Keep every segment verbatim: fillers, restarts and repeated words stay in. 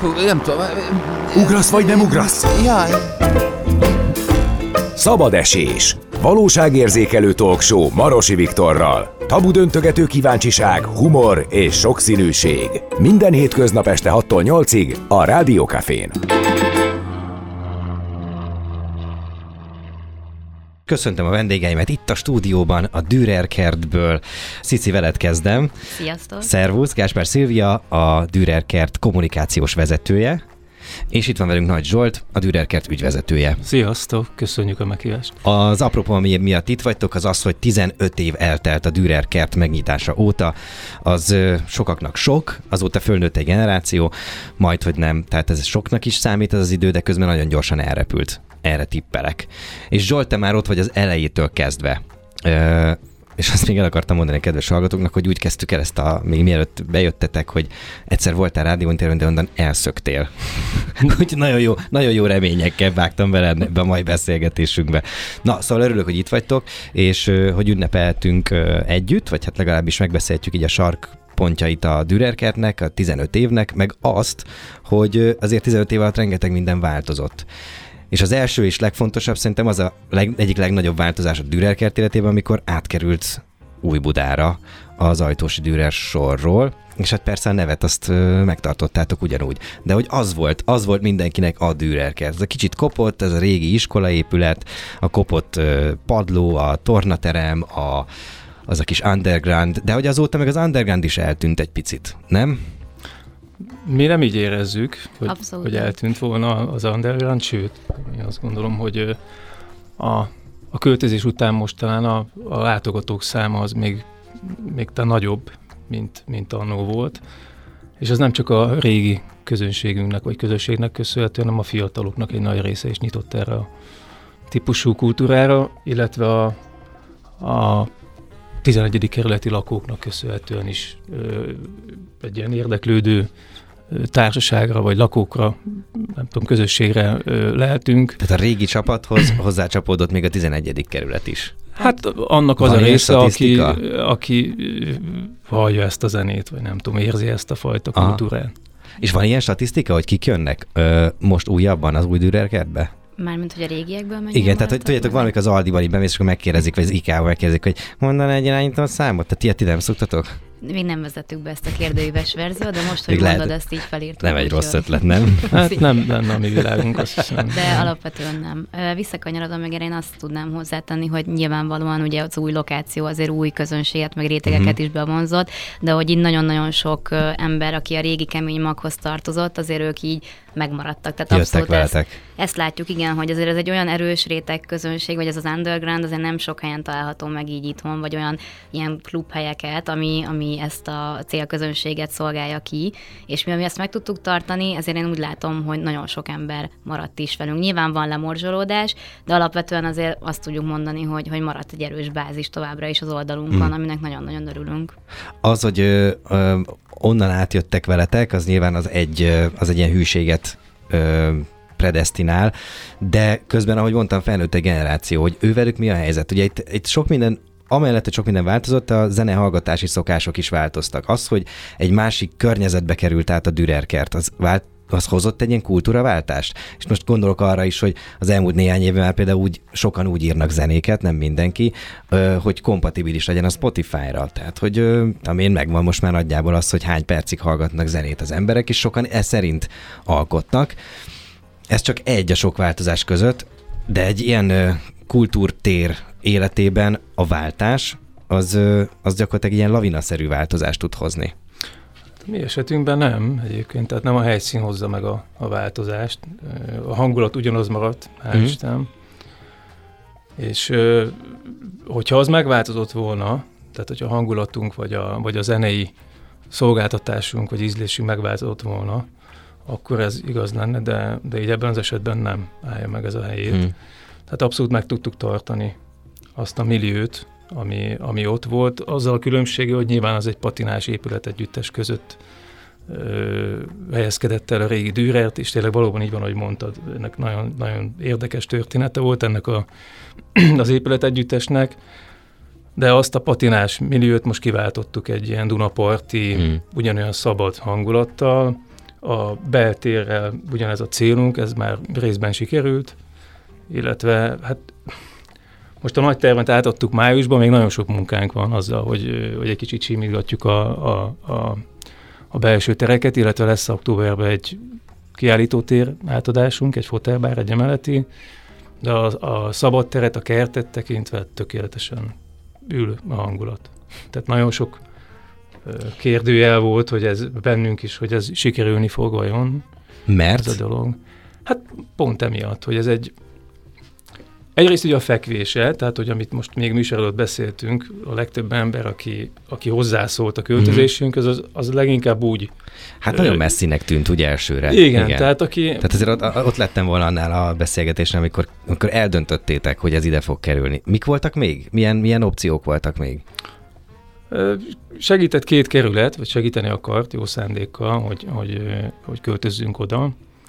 nem tudom. Ugrasz vagy nem ugrasz? Jaj. Szabad esés. Valóságérzékelő talkshow Marosi Viktorral. Tabu döntögető kíváncsiság, humor és sokszínűség. Minden hétköznap este hattól nyolcig a Rádió Cafén. Köszöntöm a vendégeimet itt a stúdióban, a Dürer Kertből. Cici, veled kezdem. Sziasztok! Szervusz, Gáspár Szilvia, a Dürer Kert kommunikációs vezetője, és itt van velünk Nagy Zsolt, a Dürer Kert ügyvezetője. Sziasztok, köszönjük a meghívást. Az apropó, ami miatt itt vagytok, az az, hogy tizenöt év eltelt a Dürer Kert megnyitása óta. Az ö, sokaknak sok, azóta fölnőtt egy generáció, majd hogy nem, tehát ez soknak is számít ez az idő, de közben nagyon gyorsan elrepült. Erre tippelek. És Zsolt, te már ott vagy az elejétől kezdve. Ö, és azt még el akartam mondani a kedves hallgatóknak, hogy úgy kezdtük el ezt a, még mielőtt bejöttetek, hogy egyszer voltál rádióinterjún, de onnan elszöktél. Úgyhogy nagyon jó, nagyon jó reményekkel vágtam veled ebbe a mai beszélgetésünkbe. Na, szóval örülök, hogy itt vagytok, és hogy ünnepeltünk együtt, vagy hát legalábbis megbeszéltük így a sark pontjait a Dürer Kertnek, a tizenöt évnek, meg azt, hogy azért tizenöt év alatt rengeteg minden változott. És az első és legfontosabb szerintem az a leg, egyik legnagyobb változás a Dürer Kert életében, amikor átkerült Újbudára az Ajtósi Dürer sorról, és hát persze a nevet azt ö, megtartottátok ugyanúgy. De hogy az volt, az volt mindenkinek a Dürer Kert. Ez a kicsit kopott, ez a régi iskolaépület, a kopott ö, padló, a tornaterem, a, az a kis underground, de hogy azóta meg az underground is eltűnt egy picit, nem? Mi nem így érezzük, hogy, hogy eltűnt volna az underground, sőt, én azt gondolom, hogy a, a költözés után most talán a, a látogatók száma az még, még talán nagyobb, mint, mint annó volt, és az nem csak a régi közönségünknek vagy közösségnek köszönhető, hanem a fiataloknak egy nagy része is nyitott erre a típusú kultúrára, illetve a, a tizenegyedik kerületi lakóknak köszönhetően is ö, egy ilyen érdeklődő ö, társaságra, vagy lakókra, nem tudom, közösségre ö, lehetünk. Tehát a régi csapathoz hozzácsapódott még a tizenegyedik kerület is. Hát annak az Van a része, aki, aki hallja ezt a zenét, vagy nem tudom, érzi ezt a fajta Aha. kultúrát. És van ilyen statisztika, hogy kik jönnek ö, most újabban az új Dürer Kertbe? Mármint, hogy a régiekből menjen. Igen, tehát hogy tudjátok, valamik az Aldiban így bemész, és akkor megkérdezik, vagy az IKEA-ban megkérdezik, hogy mondaná egy irányító számot? Tehát ilyet ti nem szoktatok? Még nem vezettük be ezt a kérdőíves verziót, de most, hogy még mondod, lehet, ezt így felírtam. Nem egy rossz ötlet, nem? Hát nem lenne a mi világunk, azt hiszem. De alapvetően nem. Visszakanyarodom, meg én azt tudnám hozzátenni, hogy nyilvánvalóan ugye az új lokáció azért új közönséget, meg rétegeket uh-huh. is bevonzott, de hogy így nagyon-nagyon sok ember, aki a régi kemény maghoz tartozott, azért ők így megmaradtak. Tehát jöttek abszolút veletek. Ezt, ezt látjuk, igen, hogy azért ez egy olyan erős réteg közönség, vagy ez az underground azért nem sok helyen található meg így itthon, vagy olyan ilyen klubhelyeket, ami, ami ezt a célközönséget szolgálja ki, és mi, ami ezt meg tudtuk tartani, ezért én úgy látom, hogy nagyon sok ember maradt is velünk. Nyilván van lemorzsolódás, de alapvetően azért azt tudjuk mondani, hogy, hogy maradt egy erős bázis továbbra is az oldalunkon, hmm. aminek nagyon-nagyon örülünk. Az, hogy ö, ö, onnan átjöttek veletek, az nyilván az egy, az egy ilyen hűséget ö, predesztinál, de közben, ahogy mondtam, felnőtt egy generáció, hogy ővelük mi a helyzet. Ugye itt, itt sok minden, amellett, hogy sok minden változott, a zenehallgatási szokások is változtak. Az, hogy egy másik környezetbe került át a Dürer Kert, az, vált, az hozott egy ilyen kultúraváltást. És most gondolok arra is, hogy az elmúlt néhány évben már például úgy, sokan úgy írnak zenéket, nem mindenki, hogy kompatibilis legyen a Spotify-ra. Tehát, hogy amén megvan most már nagyjából az, hogy hány percig hallgatnak zenét az emberek, és sokan e szerint alkotnak. Ez csak egy a sok változás között, de egy ilyen kultúrtér életében a váltás, az, az gyakorlatilag ilyen lavinaszerű változást tud hozni. Mi esetünkben nem egyébként, tehát nem a helyszín hozza meg a, a változást. A hangulat ugyanaz maradt, hál' mm. Isten. És hogyha az megváltozott volna, tehát hogyha a hangulatunk, vagy a, vagy a zenei szolgáltatásunk, vagy ízlésünk megváltozott volna, akkor ez igaz lenne, de, de így ebben az esetben nem állja meg ez a helyét. Mm. Tehát abszolút meg tudtuk tartani azt a milliót, ami, ami ott volt, azzal a különbséggel, hogy nyilván az egy patinás épület együttes között ö, helyezkedett el a régi Dürert, és tényleg valóban így van, ahogy mondtad, ennek nagyon, nagyon érdekes története volt ennek a, az épület együttesnek, de azt a patinás milliót most kiváltottuk egy ilyen dunaparti, hmm. ugyanolyan szabad hangulattal, a beltérrel ugyanez a célunk, ez már részben sikerült, illetve hát most a nagy termet átadtuk májusban, még nagyon sok munkánk van azzal, hogy, hogy egy kicsit simítgatjuk a, a, a, a belső tereket, illetve lesz októberben egy kiállítótér átadásunk, egy fotelbár, egy emeleti, de a, a szabad teret, a kertet tekintve tökéletesen ül a hangulat. Tehát nagyon sok kérdőjel volt, hogy ez bennünk is, hogy ez sikerülni fog vajon. Mert? Ez a dolog. Hát pont emiatt, hogy ez egy egyrészt ugye a fekvése, tehát hogy amit most még műsor előtt beszéltünk, a legtöbb ember, aki, aki hozzászólt a költözésünk, az, az leginkább úgy... Hát nagyon messzinek tűnt, ugye elsőre. Igen, igen. tehát aki... Tehát azért ott, ott lettem volna annál a beszélgetésnél, amikor, amikor eldöntöttétek, hogy ez ide fog kerülni. Mik voltak még? Milyen, milyen opciók voltak még? Segített két kerület, vagy segíteni akart jó szándékkal, hogy, hogy, hogy költözzünk oda.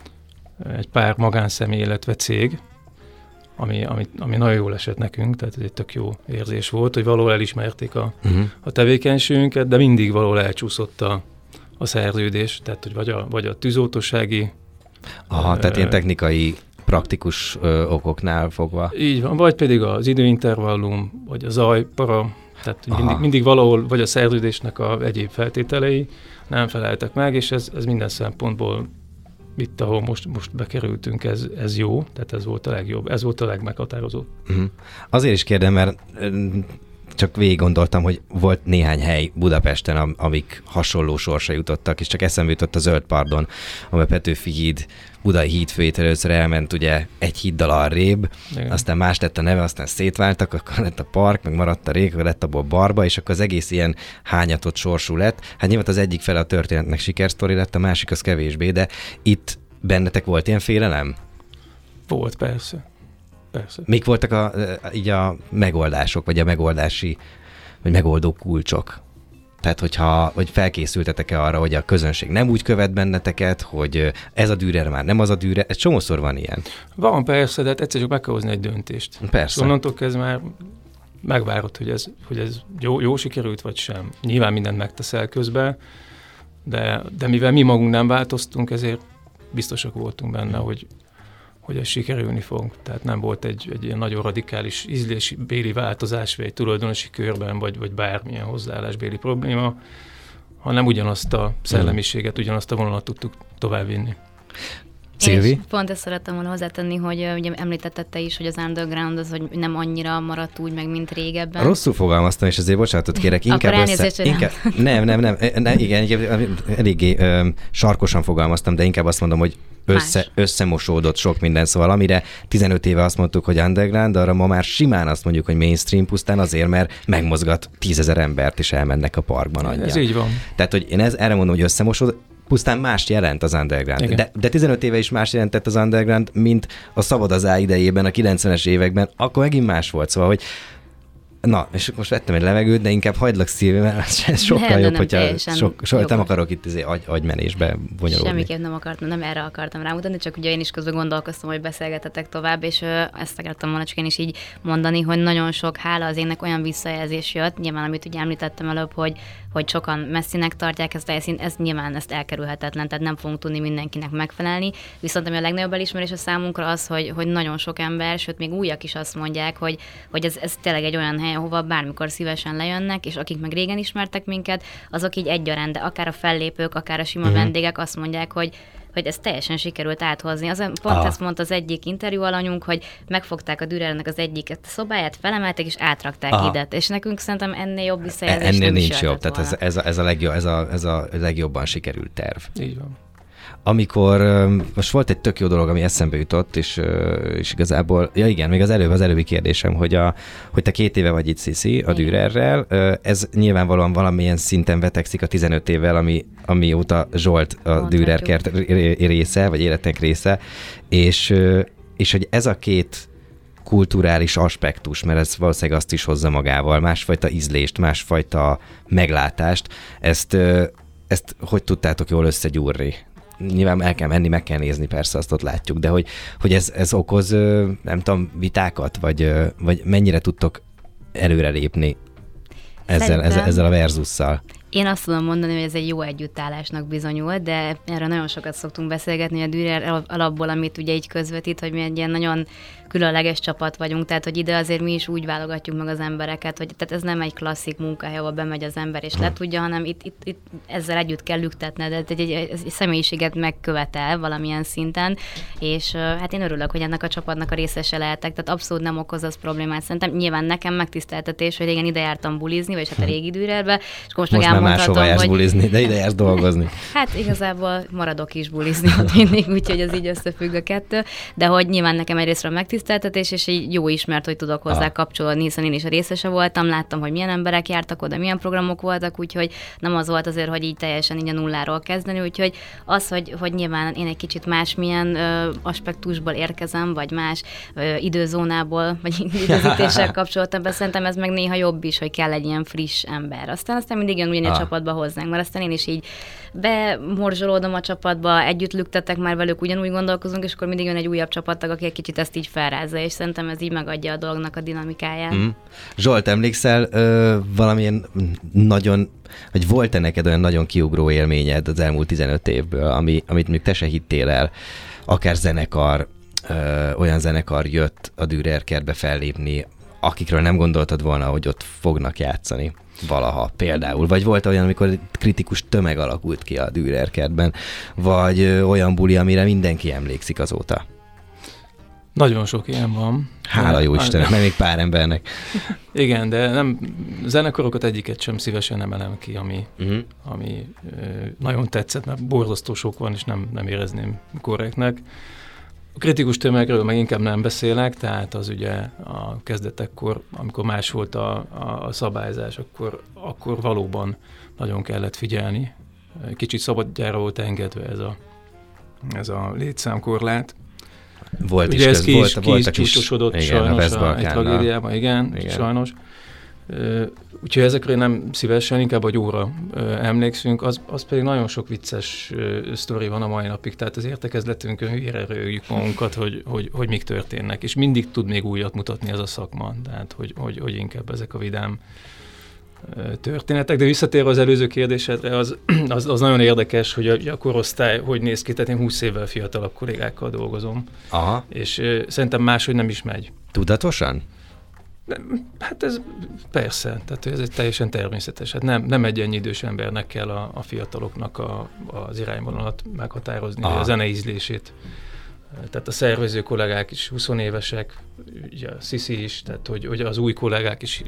Egy pár magánszemély, illetve cég, ami, ami, ami nagyon jól esett nekünk, tehát ez egy tök jó érzés volt, hogy valahol elismerték a, uh-huh. a tevékenységünket, de mindig valahol elcsúszott a, a szerződés, tehát hogy vagy a, vagy a tűzoltósági... Aha, ö, tehát ilyen technikai, praktikus ö, okoknál fogva. Így van, vagy pedig az időintervallum, vagy a zajpara, tehát mindig, mindig valahol, vagy a szerződésnek a egyéb feltételei nem feleltek meg, és ez, ez minden szempontból itt, ahol most, most bekerültünk, ez, ez jó, tehát ez volt a legjobb, ez volt a legmeghatározóbb. Uh-huh. Azért is kérdem, mert csak végig gondoltam, hogy volt néhány hely Budapesten, amik hasonló sorsa jutottak, és csak eszembe jutott a Zöld Pardon, ahol a Petőfi híd, Budai hídfőjét először elment ugye egy híddal arrébb, igen. Aztán más lett a neve, aztán szétváltak, akkor lett a park, meg maradt a rég, akkor lett abból Barba, és akkor az egész ilyen hányatott sorsú lett. Hát nyilván az egyik fele a történetnek sikersztori lett, a másik az kevésbé, de itt bennetek volt ilyen félelem? Volt, persze. Persze. Mik voltak a, így a megoldások, vagy a megoldási, vagy megoldó kulcsok? Tehát, hogyha, hogy felkészültetek-e arra, hogy a közönség nem úgy követ benneteket, hogy ez a Dürer már nem az a Dürer, ez csomószor van ilyen. Van persze, de hát egyszer csak meg kell hozni egy döntést. Persze. Onnantól kezdve már megvárod, hogy ez, hogy ez jó, jó sikerült, vagy sem. Nyilván mindent megteszel közben, de, de mivel mi magunk nem változtunk, ezért biztosak voltunk benne, hogy hogy ez sikerülni fog. Tehát nem volt egy, egy ilyen nagyon radikális ízlésbéli változás, vagy egy tulajdonosi körben, vagy, vagy bármilyen hozzáállásbéli probléma, hanem ugyanazt a szellemiséget, ugyanazt a vonalat tudtuk továbbvinni. Szilvi? Én pont ezt szerettem volna hozzátenni, hogy ugye említetted te is, hogy az underground az, hogy nem annyira maradt úgy meg, mint régebben. Rosszul fogalmaztam, és ezért bocsánatot kérek. Inkább össze... Inkább... Nem, nem, nem, nem, igen, eléggé ö, sarkosan fogalmaztam, de inkább azt mondom, hogy össze, összemosódott sok minden, szóval amire tizenöt éve azt mondtuk, hogy underground, arra ma már simán azt mondjuk, hogy mainstream pusztán azért, mert megmozgat tízezer embert, és elmennek a parkban annyian. Ez így van. Tehát, hogy én ez, erre mondom, hogy összemosódott, pusztán mást jelent az underground. De, de tizenöt éve is más jelentett az underground, mint a Szabad az Á idejében, a kilencvenes években, akkor megint más volt. Szóval, hogy na, és most vettem egy levegőt, de inkább hagylak Szilvi, mert ez sokkal nem, jobb, nem, hogyha sok, sok, nem akarok itt izé agy, agymenésbe bonyolódni. Semmiképp nem akartam, nem erre akartam rámutatni, csak ugye én is közben gondolkoztam, hogy beszélgetetek tovább, és ö, ezt akartam volna csak én is így mondani, hogy nagyon sok hála az énnek olyan visszajelzés jött, nyilván amit ugye említettem előbb, hogy, hogy sokan messzinek tartják ezt a helyszínt, ez nyilván ezt elkerülhetetlen, tehát nem fogunk tudni mindenkinek megfelelni, viszont ami a legnagyobb elismerés a számunkra az, hogy, hogy nagyon sok ember, sőt még újak is azt mondják, hogy, hogy ez, ez tényleg egy olyan hely, ahova bármikor szívesen lejönnek, és akik meg régen ismertek minket, azok így egyaránt, de akár a fellépők, akár a sima uh-huh. vendégek azt mondják, hogy hogy ez teljesen sikerült áthozni. Az, pont ah. ezt mondta az egyik interjú alanyunk, hogy megfogták a Dürernek az egyik szobáját, felemelték és átrakták ah. ide. És nekünk szerintem ennél jobb visszajelzés ennél nem nincs jobb. Tehát ez, ez, a, ez, a legjobb, ez, a, ez a legjobban sikerült terv. Így van. Amikor, most volt egy tök jó dolog, ami eszembe jutott, és, és igazából, ja igen, még az előbb, az előbbi kérdésem, hogy, a, hogy te két éve vagy itt, Sziszi, a Dürerrel, ez nyilvánvalóan valamilyen szinten vetekszik a tizenöt évvel, ami, amióta Zsolt a Dürer kert része, vagy életnek része, és, és hogy ez a két kulturális aspektus, mert ez valószínűleg azt is hozza magával, másfajta ízlést, másfajta meglátást, ezt, ezt hogy tudtátok jól összegyúrni? Nyilván el kell menni, meg kell nézni, persze, azt ott látjuk, de hogy, hogy ez, ez okoz, nem tudom, vitákat, vagy, vagy mennyire tudtok előrelépni ezzel, ezzel, ezzel a verzusszal? Én azt tudom mondani, hogy ez egy jó együttállásnak bizonyult, de erről nagyon sokat szoktunk beszélgetni, a Dürer alapból, amit ugye így közvetít, hogy mi egy ilyen nagyon különleges csapat vagyunk, tehát hogy ide azért mi is úgy válogatjuk meg az embereket, hogy tehát ez nem egy klasszik munkahely, ahol bemegy az ember és letudja, hanem itt, itt, itt ezzel együtt kell lüktetned, de egy, egy, egy személyiséget megkövetel valamilyen szinten, és hát én örülök, hogy ennek a csapatnak a részese lehetek, tehát abszolút nem okoz az problémát. Szerintem nyilván nekem megtiszteltetés, hogy régen ide jártam bulizni, vagy hát a régi Dürerbe, és most, most meg elmondhatom, jársz hogy... bulizni, de ide jársz dolgozni. Hát igazából maradok is bulizni ott mindig, úgyhogy ez így összefügg a kettő, de hogy nyilván nekem egyrésztről megtiszteltetés, és így jó ismert, hogy tudok hozzá ah. kapcsolódni, hiszen én is a részese voltam, láttam, hogy milyen emberek jártak oda, milyen programok voltak, úgyhogy nem az volt azért, hogy így teljesen így a nulláról kezdeni, úgyhogy az, hogy, hogy nyilván én egy kicsit másmilyen ö, aspektusból érkezem, vagy más ö, időzónából, vagy időzítéssel kapcsoltam be, szerintem ez meg néha jobb is, hogy kell egy ilyen friss ember. Aztán aztán mindig jön ugyanilyen ah. csapatba hozzánk, mert aztán én is így bemorzsolódom a csapatba, együtt lüktetek már velük, ugyanúgy gondolkozunk, és akkor mindig jön egy újabb csapattag, aki egy kicsit ezt így felrázza, és szerintem ez így megadja a dolognak a dinamikáját. Mm. Zsolt, emlékszel ö, valamilyen nagyon, hogy volt-e neked olyan nagyon kiugró élményed az elmúlt tizenöt évből, ami, amit még te se hittél el, akár zenekar, ö, olyan zenekar jött a Dürer kertbe fellépni, akikről nem gondoltad volna, hogy ott fognak játszani valaha például, vagy volt olyan, amikor kritikus tömeg alakult ki a Dürer kertben, vagy ö, olyan buli, amire mindenki emlékszik azóta? Nagyon sok ilyen van. Hála jó Istennek, meg még pár embernek. Igen, de nem, zenekarokat egyiket sem szívesen emelem ki, ami, uh-huh. ami ö, nagyon tetszett, mert borzasztó sok van, és nem, nem érezném korrektnek. A kritikus tömegről meg inkább nem beszélek, tehát az ugye a kezdetekkor, amikor más volt a, a, a szabályzás, akkor, akkor valóban nagyon kellett figyelni. Kicsit szabadjára volt engedve ez a, ez a létszámkorlát. Volt ugye is, ez ki volt, is, ki voltak is csúcsosodott is, sajnos a a, egy tragédiában, igen, igen, sajnos. Úgyhogy ezekre nem szívesen, inkább a jóra emlékszünk, az, az pedig nagyon sok vicces sztori van a mai napig, tehát az értekezletünkön hülyére rögjük magunkat, hogy, hogy, hogy mik történnek, és mindig tud még újat mutatni ez a szakma, tehát hogy, hogy, hogy inkább ezek a vidám történetek, de visszatérve az előző kérdésedre, az, az, az nagyon érdekes, hogy a, a korosztály hogy néz ki, tehát én húsz évvel fiatalabb kollégákkal dolgozom, Aha. és uh, szerintem máshogy nem is megy. Tudatosan? Hát ez persze, tehát ez egy teljesen természetes. Hát nem, nem egy ennyi idős embernek kell a, a fiataloknak a, az irányvonalat meghatározni, a zene ízlését. Tehát a szervező kollégák is húsz évesek, ugye a Sziszi is, tehát hogy, hogy az új kollégák is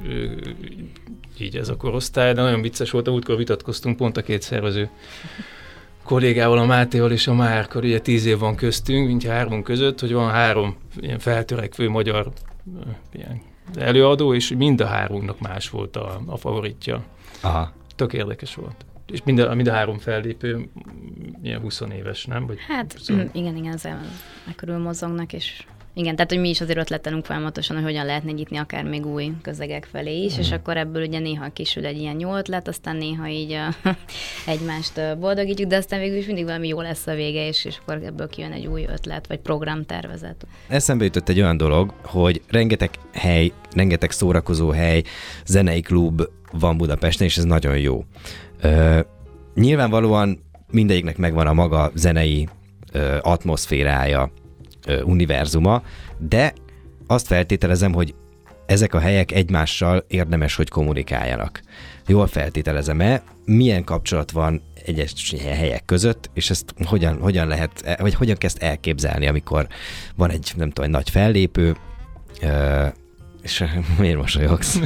így ez a korosztály, de nagyon vicces volt, múltkor vitatkoztunk pont a két szervező kollégával, a Mátéval és a Márkkal, ugye tíz év van köztünk, mint hármunk között, hogy van három ilyen feltörekvő magyar ilyen előadó, és mind a hárunknak más volt a, a favoritja. Aha. Tök érdekes volt. És mind a, mind a három fellépő ilyen húsz éves, nem? Vagy hát húsz igen, igen, ezzel megkörül mozognak, és igen, tehát hogy mi is azért ötletelünk folyamatosan, hogy hogyan lehetne nyitni akár még új közegek felé is, mm. és akkor ebből ugye néha kisül egy ilyen jó ötlet, aztán néha így uh, egymást boldogítjuk, de aztán végül is mindig valami jó lesz a vége, és, és akkor ebből kijön egy új ötlet, vagy programtervezet. Eszembe jutott egy olyan dolog, hogy rengeteg hely, rengeteg szórakozó hely, zenei klub van Budapesten, és ez nagyon jó. Uh, nyilvánvalóan mindegyiknek megvan a maga zenei uh, atmoszférája, univerzuma, de azt feltételezem, hogy ezek a helyek egymással érdemes, hogy kommunikáljanak. Jól feltételezem-e, milyen kapcsolat van egyes helyek között, és ezt hogyan, hogyan lehet, vagy hogyan kezd elképzelni, amikor van egy, nem tudom, egy nagy fellépő, és miért mosolyogsz?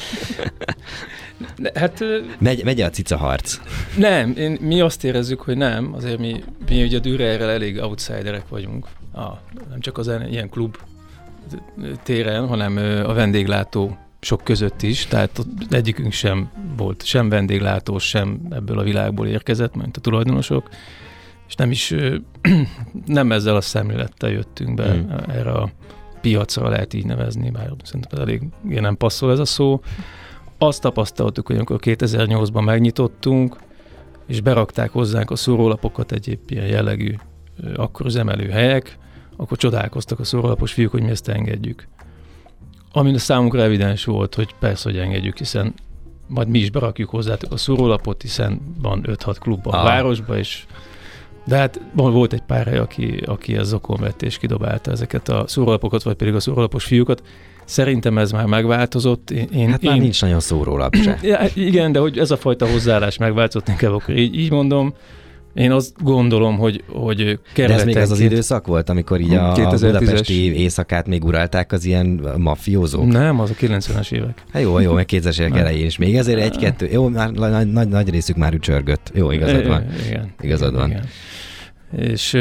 Hát, megy, megy a cica harc? Nem, én, mi azt érezzük, hogy nem, azért mi, mi ugye a Dürerrel elég outsiderek vagyunk. Ah, nem csak az ilyen klub téren, hanem a vendéglátó sok között is, tehát egyikünk sem volt, sem vendéglátó, sem ebből a világból érkezett, mint a tulajdonosok, és nem is, nem ezzel a szemlélettel jöttünk be hmm. erre a piacra, lehet így nevezni, bár szerintem elég nem passzol ez a szó. Azt tapasztaltuk, hogy amikor kétezer-nyolcban megnyitottunk, és berakták hozzánk a szórólapokat egyéb ilyen jellegű akkor az emelőhelyek, akkor csodálkoztak a szórólapos fiúk, hogy mi ezt engedjük. Amin a számunkra evidens volt, hogy persze, hogy engedjük, hiszen majd mi is berakjuk hozzátok a szórólapot, hiszen van öt-hat klub a ah. városban, és de hát volt egy pár hely, aki, aki ez zokon vett és kidobálta ezeket a szórólapokat, vagy pedig a szórólapos fiúkat. Szerintem ez már megváltozott. Én, hát én, már nincs nagyon szórólap se. Ja, igen, de hogy ez a fajta hozzáállás megváltozott, inkább akkor így, így mondom. Én azt gondolom, hogy, hogy kerületenként... De ez még az az időszak volt, amikor így a, a budapesti éjszakát még uralták az ilyen mafiózók? Nem, az a kilencvenes évek. Hát jó, jó, meg kétezres évek elején is. Még ezért egy-kettő, jó, már nagy, nagy, nagy részük már ücsörgött. Jó, igazad van. Igen. Igazad van. Igen. És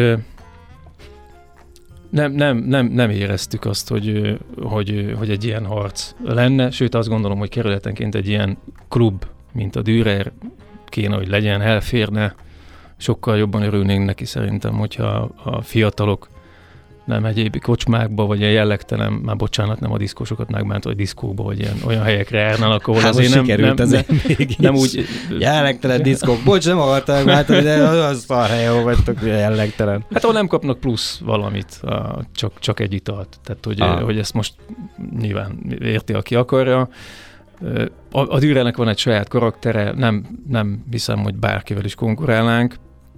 nem, nem, nem, nem éreztük azt, hogy, hogy, hogy egy ilyen harc lenne, sőt azt gondolom, hogy kerületenként egy ilyen klub, mint a Dürer kéne, hogy legyen, elférne. Sokkal jobban örülnénk neki szerintem, hogyha a fiatalok nem egyéb kocsmákba, vagy ilyen jellegtelen, már bocsánat, nem a diszkósokat megment, vagy diszkóba, vagy ilyen olyan helyekre járnának, ahol hát azért nem, nem, nem, nem úgy... Jellegtelen diszkók, bocs, nem akartam látni, de az szar hely, ahol vagytok, jellegtelen. Hát ahol nem kapnak plusz valamit, csak, csak egy italt. Tehát, hogy, ah. hogy ezt most nyilván érti, aki akarja. A, a Dürernek van egy saját karaktere, nem, nem hiszem, hogy bárkivel is konkurálnánk,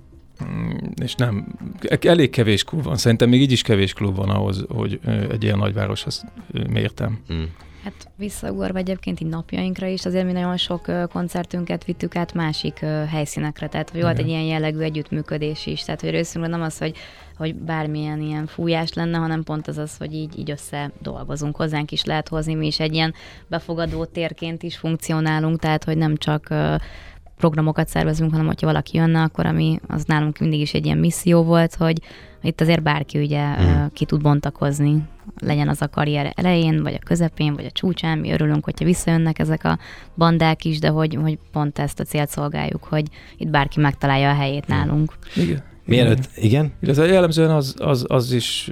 és nem, elég kevés klub van. Szerintem még így is kevés klub van ahhoz, hogy egy ilyen nagyvároshoz mértem. Mm. Hát visszaugorva egyébként így napjainkra is, azért mi nagyon sok koncertünket vittük át másik helyszínekre, tehát volt egy ilyen jellegű együttműködés is, tehát hogy részünkről nem az, hogy, hogy bármilyen ilyen fújás lenne, hanem pont az az, hogy így, így össze dolgozunk, hozzánk is lehet hozni, mi is egy ilyen befogadó térként is funkcionálunk, tehát hogy nem csak programokat szervezünk, hanem hogyha valaki jönne, akkor ami az nálunk mindig is egy ilyen misszió volt, hogy itt azért bárki ugye mm. ki tud bontakozni, legyen az a karrier elején, vagy a közepén, vagy a csúcsán, mi örülünk, hogyha visszajönnek ezek a bandák is, de hogy, hogy pont ezt a célt szolgáljuk, hogy itt bárki megtalálja a helyét nálunk. Igen. Mielőtt, igen? Illetve jellemzően az, az, az is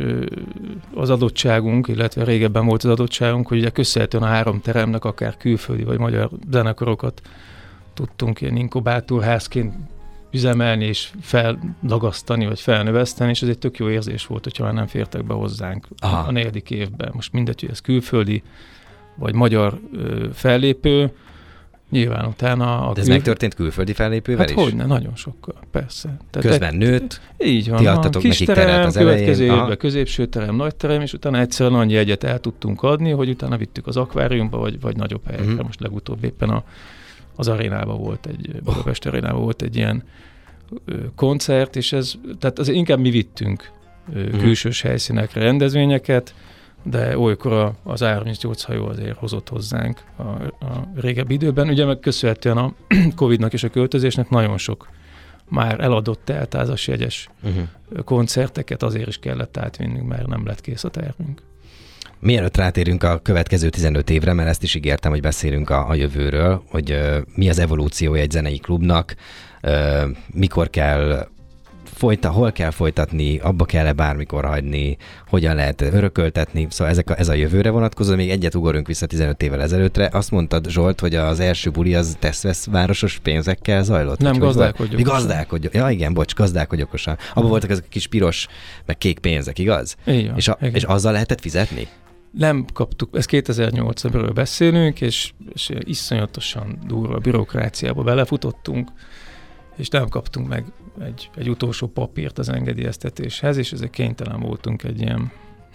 az adottságunk, illetve régebben volt az adottságunk, hogy ugye köszönhetően a három teremnek akár külföldi vagy magyar zenekarokat tudtunk ilyen inkubátorházként üzemelni és fellagasztani, vagy felnöveszteni, és ez egy tök jó érzés volt, hogyha már nem fértek be hozzánk Aha. a negyedik évben. Most mindegy, hogy ez külföldi, vagy magyar ö, fellépő, nyilván utána... A De ez kül... megtörtént külföldi fellépővel hát is? Hogyne, nagyon sokkal, persze. Tehát közben egy, nőtt, így van, ti adtatok kis nekik terem, teret az következő elején. évben középső terem, nagy terem, és utána egyszerűen annyi egyet el tudtunk adni, hogy utána vittük az akváriumba, vagy, vagy nagyobb helyekre. Uh-huh. Most legutóbb éppen a az arénában volt egy, Budapest arénában volt egy ilyen ö, koncert, és ez, tehát az inkább mi vittünk ö, mm. külsős helyszínekre rendezvényeket, de olykor a, az á harmincnyolc hajó azért hozott hozzánk a, a régebbi időben. Ugye meg köszönhetően a Covidnak és a költözésnek nagyon sok már eladott eltázas jegyes uh-huh. koncerteket azért is kellett átvinnünk, mert nem lett kész a tervünk. Mielőtt rátérünk a következő tizenöt évre, mert ezt is ígértem, hogy beszélünk a, a jövőről, hogy uh, mi az evolúciója egy zenei klubnak, uh, mikor kell folyta, hol kell folytatni, abba kell-e bármikor hagyni, hogyan lehet örököltetni, szóval ezek a, ez a jövőre vonatkozó, még egyet ugorunk vissza tizenöt évvel ezelőttre. Azt mondtad, Zsolt, hogy az első buli az tesz-vesz városos pénzekkel zajlott? Nem, gazdálkodj okosan. Gazdálkodj, ja igen, bocs, gazdálkodj okosan. Abban voltak ezek a kis piros, meg kék pénzek, igaz? Igen, és, a, és azzal lehetett fizetni? Nem kaptuk, ez kétezer-nyolcról beszélünk, és, és iszonyatosan durva bürokráciába belefutottunk, és nem kaptunk meg egy, egy utolsó papírt az engedélyeztetéshez, és ezért kénytelen voltunk egy ilyen,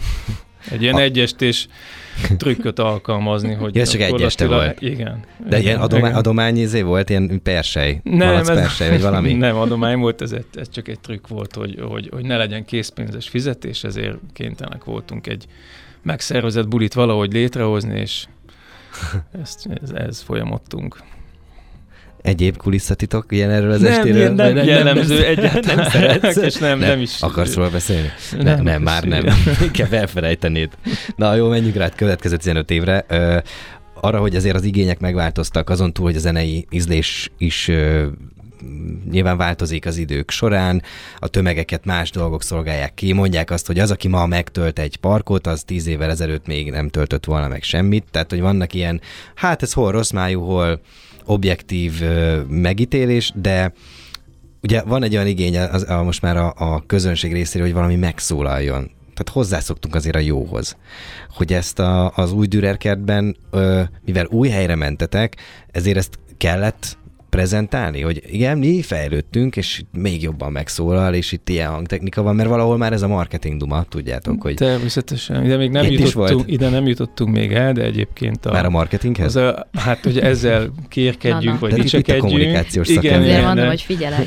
egy ilyen a... egyestés trükköt alkalmazni, hogy... Ez csak egy este volt. Igen. De igen, ilyen adomány, igen. adomány izé volt, ilyen persely, nem, ez, persely, vagy valami? Nem, adomány volt, ez, ez csak egy trükk volt, hogy, hogy, hogy ne legyen készpénzes fizetés, ezért kénytelenek voltunk egy megszervezett bulit valahogy létrehozni, és ezt, ez, ez folyamodtunk. Egyéb kulisszatitok ilyen erről az nem, estéről? Nem, nem jellemző nem, egyáltalán. Nem szeretsz? És nem, nem, nem is. Akarsz róla beszélni? Nem, nem, nem már nem. Inkább elfelejtenéd. Na jó, menjünk rá a következő tizenöt évre. Ö, arra, hogy azért az igények megváltoztak, azon túl, hogy a zenei ízlés is ö, nyilván változik az idők során, a tömegeket más dolgok szolgálják ki, mondják azt, hogy az, aki ma megtölt egy parkot, az tíz évvel ezelőtt még nem töltött volna meg semmit, tehát, hogy vannak ilyen, hát ez hol rossz májú, hol objektív uh, megítélés, de ugye van egy olyan igény az, a, most már a, a közönség részéről, hogy valami megszólaljon. tehát hozzászoktunk azért a jóhoz. Hogy ezt a, az új Dürer kertben, ö, mivel új helyre mentetek, ezért ezt kellett prezentálni, hogy igen, mi fejlődtünk, és még jobban megszólal, és itt ilyen hangtechnika van, mert valahol már ez a marketing duma, tudjátok, hogy... Természetesen, ide még nem jutottunk, ide nem jutottunk még el, de egyébként a... Már a marketinghez? A, hát, hogy ezzel kérkedjünk, vagy dicsekedjünk. Itt a kommunikációs szakember. Azért mondom, hogy figyelek.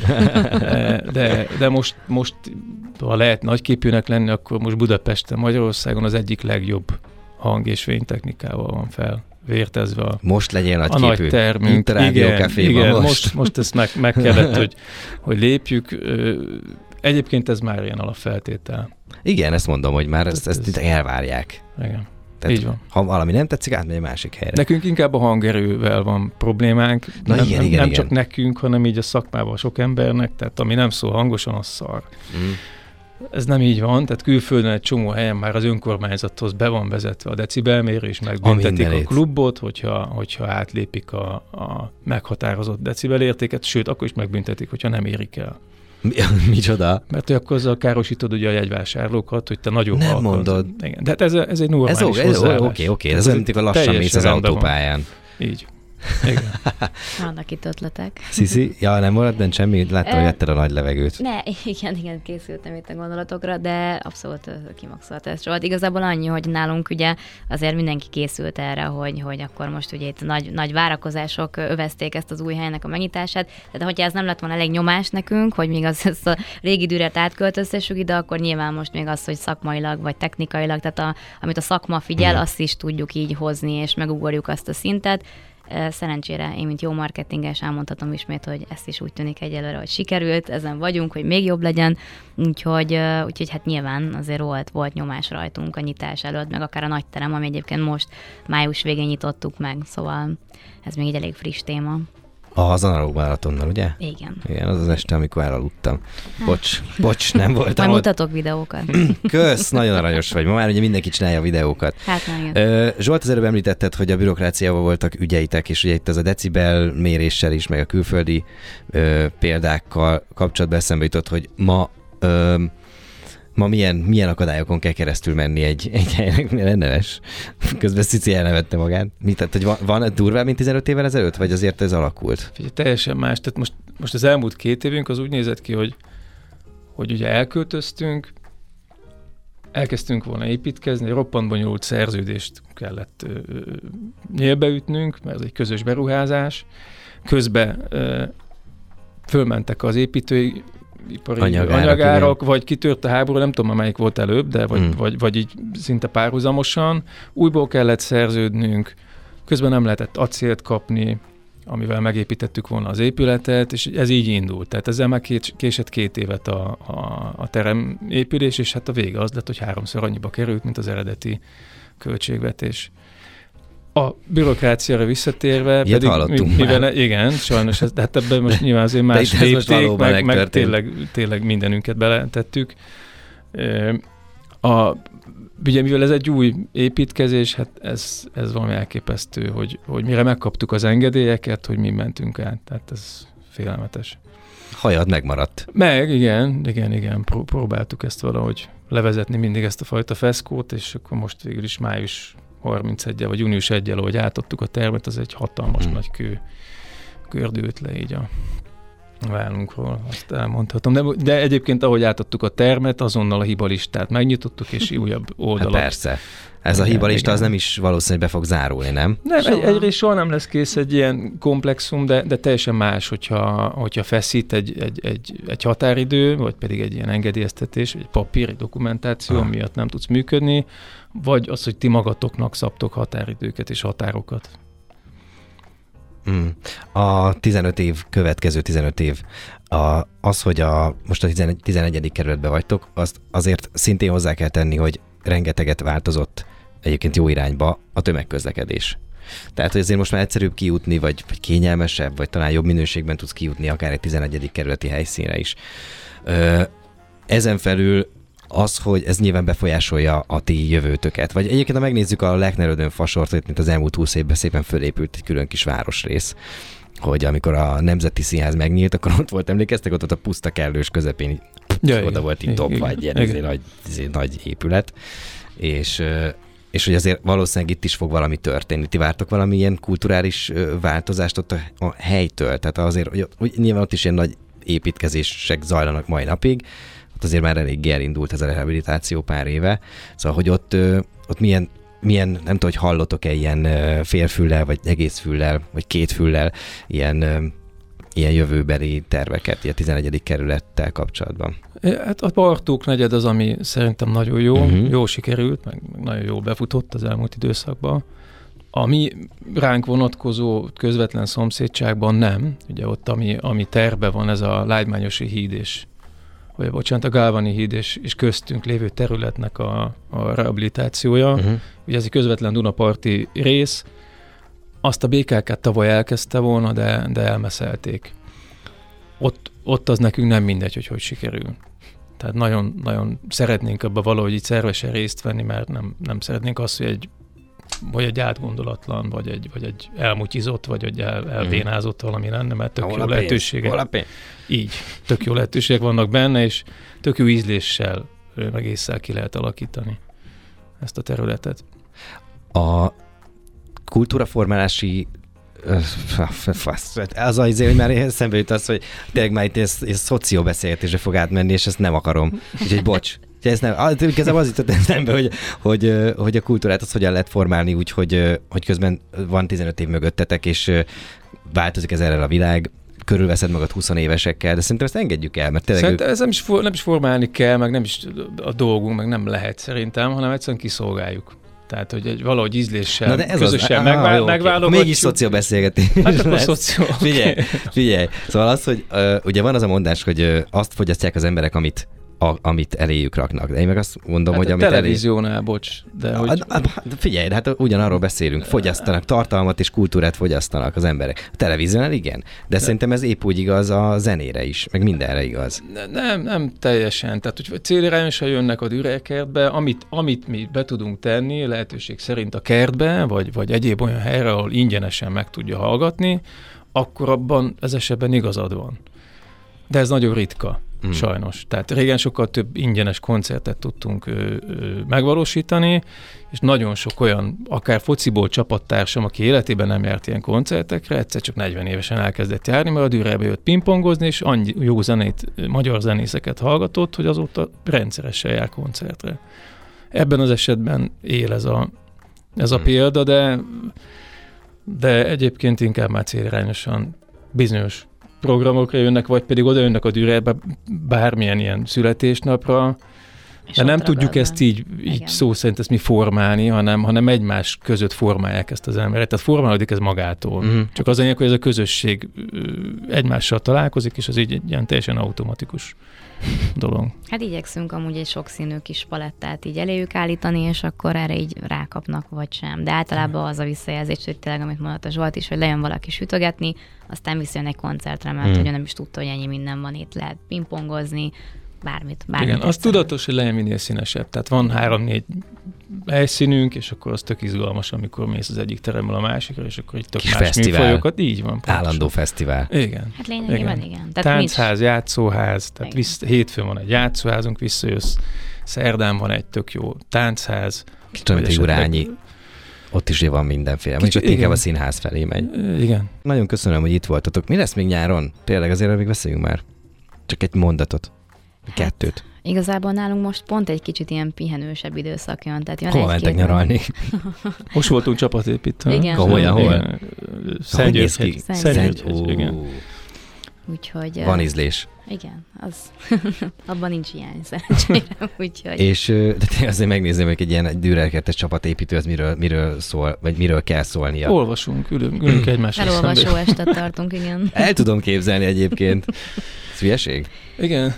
De, de most, most, ha lehet nagyképűnek lenni, akkor most Budapesten, Magyarországon az egyik legjobb hang- és fénytechnikával van fel. Vértezve a, most legyél nagy a képű. nagy termünk. Igen, igen most. most, most ezt meg, meg kellett, hogy, hogy lépjük. Egyébként ez már ilyen alapfeltétel. Igen, ezt mondom, hogy már ezt, ezt, ezt elvárják. Igen, tehát, így van. Ha valami nem tetszik, átmegy egy másik helyre. Nekünk inkább a hangerővel van problémánk. Na nem igen, nem, igen, nem igen. csak nekünk, hanem így a szakmában sok embernek, tehát ami nem szól hangosan, az szar. Mm. Ez nem így van, tehát külföldön egy csomó helyen már az önkormányzathoz be van vezetve a decibelmérés, megbüntetik a, a klubot, hogyha, hogyha átlépik a, a meghatározott decibelértéket, sőt, akkor is megbüntetik, hogyha nem érik el. Micsoda? Mert hogy akkor azzal károsítod ugye a jegyvásárlókat, hogy te nagyobb nem halkod. mondod. Igen. De hát ez, ez egy normális ez hozzáállás. Oké, oké, ez olyan, mint a lassan mész az autópályán. Így. Igen. Vannak itt ötletek. Sziszi? Ja, nem volt benne semmi? Láttam, hogy vetted a nagy levegőt. Ne, igen, igen, készültem itt a gondolatokra, de abszolút kimaxolt ez volt. Igazából annyi, hogy nálunk ugye azért mindenki készült erre, hogy, hogy akkor most ugye itt nagy, nagy várakozások övezték ezt az új helynek a megnyitását, de hogyha ez nem lett volna elég nyomás nekünk, hogy még az, ezt a régi Dürert átköltöztessük ide, akkor nyilván most még az, hogy szakmailag vagy technikailag, tehát a, amit a szakma figyel, hmm. azt is tudjuk így hozni, és megugorjuk azt a szintet. Szerencsére én, mint jó marketinges elmondhatom ismét, hogy ezt is úgy tűnik egyelőre, hogy sikerült, ezen vagyunk, hogy még jobb legyen, úgyhogy, úgyhogy hát nyilván azért volt, volt nyomás rajtunk a nyitás előtt, meg akár a nagy terem, ami egyébként most május végén nyitottuk meg, szóval ez még egy elég friss téma. Az analóg maratonnal, ugye? Igen. Igen, az az este, amikor elaludtam. Bocs, bocs, nem voltam Majd ott. mutatok videókat. Kösz, nagyon aranyos vagy. Ma már ugye mindenki csinálja a videókat. Hát nagyon. Zsolt, az előbb említetted, hogy a bürokráciával voltak ügyeitek, és ugye itt az a decibel méréssel is, meg a külföldi ö, példákkal kapcsolatban eszembe jutott, hogy ma ö, ma milyen, milyen akadályokon kell keresztül menni egy, egy helynek, milyen neves. Közben Cici elnevette magát. Mi, tehát, hogy van, van durvább, mint tizenöt évvel ezelőtt, vagy azért ez alakult? Figyelj, teljesen más. Tehát most, most az elmúlt két évünk az úgy nézett ki, hogy, hogy ugye elköltöztünk, elkezdtünk volna építkezni, roppant bonyolult szerződést kellett ö, nyílbeütnünk, mert ez egy közös beruházás. Közben ö, fölmentek az építői ipari anyagárak, anyagárak vagy kitört a háború, nem tudom, melyik volt előbb, de vagy, hmm. vagy, vagy így szinte párhuzamosan. Újból kellett szerződnünk, közben nem lehetett acélt kapni, amivel megépítettük volna az épületet, és ez így indult. Tehát ezzel már két, késett két évet a, a, a terem épülés, és hát a vége az lett, hogy háromszor annyiba került, mint az eredeti költségvetés. A bürokráciára visszatérve, ilyet pedig mivel, igen, sajnos, ez, de hát ebben most nyilván azért más lépték, meg, meg tényleg, tényleg mindenünket beletettük. A, ugye mivel ez egy új építkezés, hát ez, ez valami elképesztő, hogy, hogy mire megkaptuk az engedélyeket, hogy mi mentünk át, tehát ez félelmetes. Hajad megmaradt. Meg, igen, igen, igen, pró- próbáltuk ezt valahogy levezetni mindig ezt a fajta feszkót, és akkor most végül is május harmincegyedikén vagy június elsejével, ahogy átadtuk a termet, az egy hatalmas hmm. nagy kő gördült le így a vállunkról, azt elmondhatom. De, de egyébként, ahogy átadtuk a termet, azonnal a hibalistát megnyitottuk, és újabb oldalak. Hát persze. Ez a hibalista az nem is valószínűleg be fog zárulni, nem? Nem, egy, egyrészt soha nem lesz kész egy ilyen komplexum, de, de teljesen más, hogyha, hogyha feszít egy, egy, egy, egy határidő, vagy pedig egy ilyen engedélyeztetés, vagy egy papír, egy dokumentáció, ah. miatt nem tudsz működni, vagy az, hogy ti magatoknak szabtok határidőket és határokat. Mm. A tizenöt év, következő tizenöt év, a, az, hogy a, most a tizenegyedik kerületben vagytok, azt azért szintén hozzá kell tenni, hogy rengeteget változott egyébként jó irányba a tömegközlekedés. Tehát, hogy azért most már egyszerűbb kijutni, vagy, vagy kényelmesebb, vagy talán jobb minőségben tudsz kijutni akár egy tizenegyedik kerületi helyszínre is. Ö, ezen felül az, hogy ez nyilván befolyásolja a ti jövőtöket. Vagy egyébként, ha megnézzük a Lechner-Ödön fasort, mint az elmúlt húsz évben szépen fölépült egy külön kis városrész, hogy amikor a Nemzeti Színház megnyílt, akkor ott volt, emlékeztek, ott, ott a puszta kellős közepén ott ja, oda igen, volt itt top, vagy ilyen izé nagy, izé nagy épület, és, és hogy azért valószínűleg itt is fog valami történni. Ti vártok valami ilyen kulturális változást ott a, a helytől? Tehát azért, hogy, hogy nyilván ott is ilyen nagy építkezések zajlanak mai napig, ott azért már eléggé elindult ez a rehabilitáció pár éve, szóval, hogy ott, ott milyen, milyen, nem tudom, hogy hallotok-e ilyen félfüllel, vagy egész füllel, vagy két füllel ilyen, ilyen jövőbeli terveket, ilyen tizenegyedik kerülettel kapcsolatban? Hát a Bartók negyed az, ami szerintem nagyon jó, uh-huh. jó sikerült, meg nagyon jól befutott az elmúlt időszakban. Ami ránk vonatkozó közvetlen szomszédságban nem, ugye ott, ami, ami terve van, ez a Lágymányosi híd és, vagy bocsánat, a Galvani híd és, és köztünk lévő területnek a, a rehabilitációja. Uh-huh. Ugye ez egy közvetlen Dunaparti rész, azt a bé ká ká tavaly elkezdte volna, de, de elmeszelték. Ott, ott az nekünk nem mindegy, hogy hogy sikerül. Tehát nagyon, nagyon szeretnénk abba valahogy így szervesen részt venni, mert nem, nem szeretnénk azt, hogy egy, vagy egy átgondolatlan, vagy egy, vagy egy elmutyizott, vagy egy el, elvénázott valami lenne, mert tök jó lehetőségek. Így, tök jó lehetőségek vannak benne, és tök jó ízléssel, meg ésszel ki lehet alakítani ezt a területet. A kultúraformálási az az, hogy már eszembe jut az, hogy tényleg már itt ez, ez szociobeszélgetésre fog átmenni, és ezt nem akarom. Úgyhogy bocs. Ez nem, az, az jutott eszembe, hogy, hogy, hogy a kultúrát az hogyan lehet formálni úgy, hogy, hogy közben van tizenöt év mögöttetek, és változik ez erre a világ, körülveszed magad húsz évesekkel, de szerintem ezt engedjük el, mert tényleg... Szerintem ők... ez nem is, for, nem is formálni kell, meg nem is a dolgunk, meg nem lehet szerintem, hanem egyszerűen kiszolgáljuk. Tehát, hogy egy valahogy ízléssel, de ez közösen az, megvál, ah, megválogatjuk. Mégis szociobeszélgetés. Hát akkor szoció. Figyelj, figyelj. Szóval az, hogy uh, ugye van az a mondás, hogy uh, azt fogyasztják az emberek, amit A, amit eléjük raknak. De én meg azt mondom, hát hogy a amit televíziónál, elé... bocs. De hogy... a, a, a, figyelj, hát ugyanarról beszélünk. Fogyasztanak tartalmat és kultúrát fogyasztanak az emberek. A televíziónál igen, de, de szerintem ez épp úgy igaz a zenére is, meg mindenre igaz. Ne, nem, nem teljesen. Tehát, hogy célirányosan jönnek a Dürer-kertbe, amit, amit mi be tudunk tenni, lehetőség szerint a kertbe, vagy, vagy egyéb olyan helyre, ahol ingyenesen meg tudja hallgatni, akkor abban ez esetben igazad van. De ez nagyon ritka. Hmm. Sajnos. Tehát régen sokkal több ingyenes koncertet tudtunk ö, ö, megvalósítani, és nagyon sok olyan, akár fociból csapattársam, aki életében nem járt ilyen koncertekre, egyszer csak negyven évesen elkezdett járni, mert a Dürerbe jött pingpongozni, és annyi jó zenét, magyar zenészeket hallgatott, hogy azóta rendszeresen jár koncertre. Ebben az esetben él ez a, ez a hmm. példa, de, de egyébként inkább már célirányosan bizonyos programokra jönnek, vagy pedig oda jönnek a Dürerbe bármilyen ilyen születésnapra, és de nem tudjuk benne. ezt így, így szó szerint ezt mi formálni, hanem, hanem egymás között formálják ezt az emberet. Tehát formálódik ez magától. Uh-huh. Csak az anyag, hogy ez a közösség egymással találkozik, és az így egy ilyen teljesen automatikus dolog. Hát igyekszünk amúgy egy sokszínű kis palettát így eléjük állítani, és akkor erre így rákapnak, vagy sem. De általában az a visszajelzés, hogy tényleg, amit mondott a Zsolt is, hogy lejön valaki sütögetni, aztán visszajön egy koncertre, mert hmm. ugye nem is tudta, hogy ennyi minden van itt, lehet pingpongozni, bármit, bármit. Igen, az tudatos, hogy legyen minél színesebb. Tehát van három-négy helyszínünk, és akkor az tök izgalmas, amikor mész az egyik teremből a másikra, és akkor egy tök kis más műfajokat. Így van. Pontosan. Állandó fesztivál. Igen. Hát lényegében igen. igen. Tehát táncház, játszóház, tehát vissz, hétfőn van egy játszóházunk, visszajössz, szerdán van egy tök jó táncház. Kicsit, mint egy Urányi. Ott is van mindenféle. Mondjuk ott inkább a színház felé megy. Igen. Nagyon köszönöm, hogy itt voltatok. Mi lesz még nyáron? Tényleg azért még beszéljünk már. Csak egy mondatot. Kettőt. Hát, igazából nálunk most pont egy kicsit ilyen pihenősebb időszak jön. Tehát jön hol mentek nyaralni? Most voltunk csapatépítő. Igen. Komolyan, hol? Szentgyörgy. Szentgyörgy. Igen. Úgyhogy... Van ízlés. Igen, az. Abban nincs hiány szerencsére, úgyhogy... És de azért megnézném, hogy egy ilyen Dürer-kertes csapatépítő, az miről, miről szól, vagy miről kell szólnia. Olvasunk, ülünk, ülünk egymásra. Elolvasó estet tartunk, igen. El tudom képzelni egyébként. Ez hülyeség? Igen.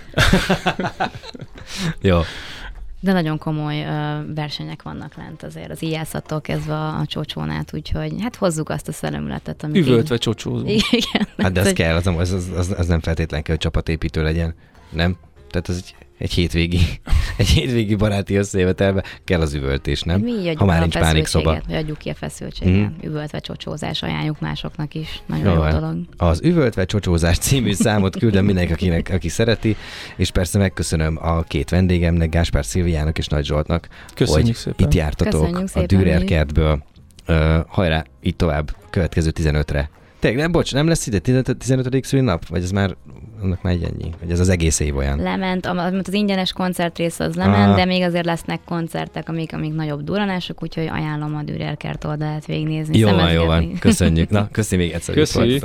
Jó. De nagyon komoly uh, versenyek vannak lent azért, az íjászattól kezdve a csocsón át, úgyhogy hát hozzuk azt a szellemületet, amit... Üvöltve csocsózunk. Igen. Hát de az kell, az, az, az, az nem feltétlen kell, hogy csapatépítő legyen, nem? Tehát az egy, egy hétvégi, egy hétvégi baráti összejövetelbe kell az üvöltés, nem? Mi Ha már nincs pánikszoba. Mi adjuk ki a feszültséget. Mm. Üvöltve csocsózás, ajánljuk másoknak is. Nagyon jó, jó dolog. Az Üvöltve csocsózás című számot küldöm mindenki, akinek, aki szereti, és persze megköszönöm a két vendégemnek, Gáspár Szilviának és Nagy Zsoltnak, Köszönjük hogy szépen. itt jártatok a Dürer kertből. Uh, hajrá, így tovább, következő tizenötre. Tényleg, nem, bocs, nem lesz ide tizenötödik szülinap? Vagy ez már, annak már ennyi? Vagy ez az egész év olyan? Lement, az ingyenes koncertrész az lement, ah. de még azért lesznek koncertek, amik, amik nagyobb duranások, úgyhogy ajánlom a Dürer kert oldalát végignézni. Jó van, jó van, köszönjük. Na, köszönjük még egyszer. Köszönjük.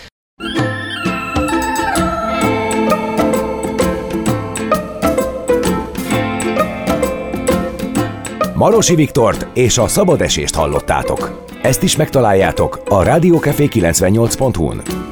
Marosi Viktort és a Szabad Esést hallottátok. Ezt is megtaláljátok a rádiókafé kilencvennyolc pont hu-n.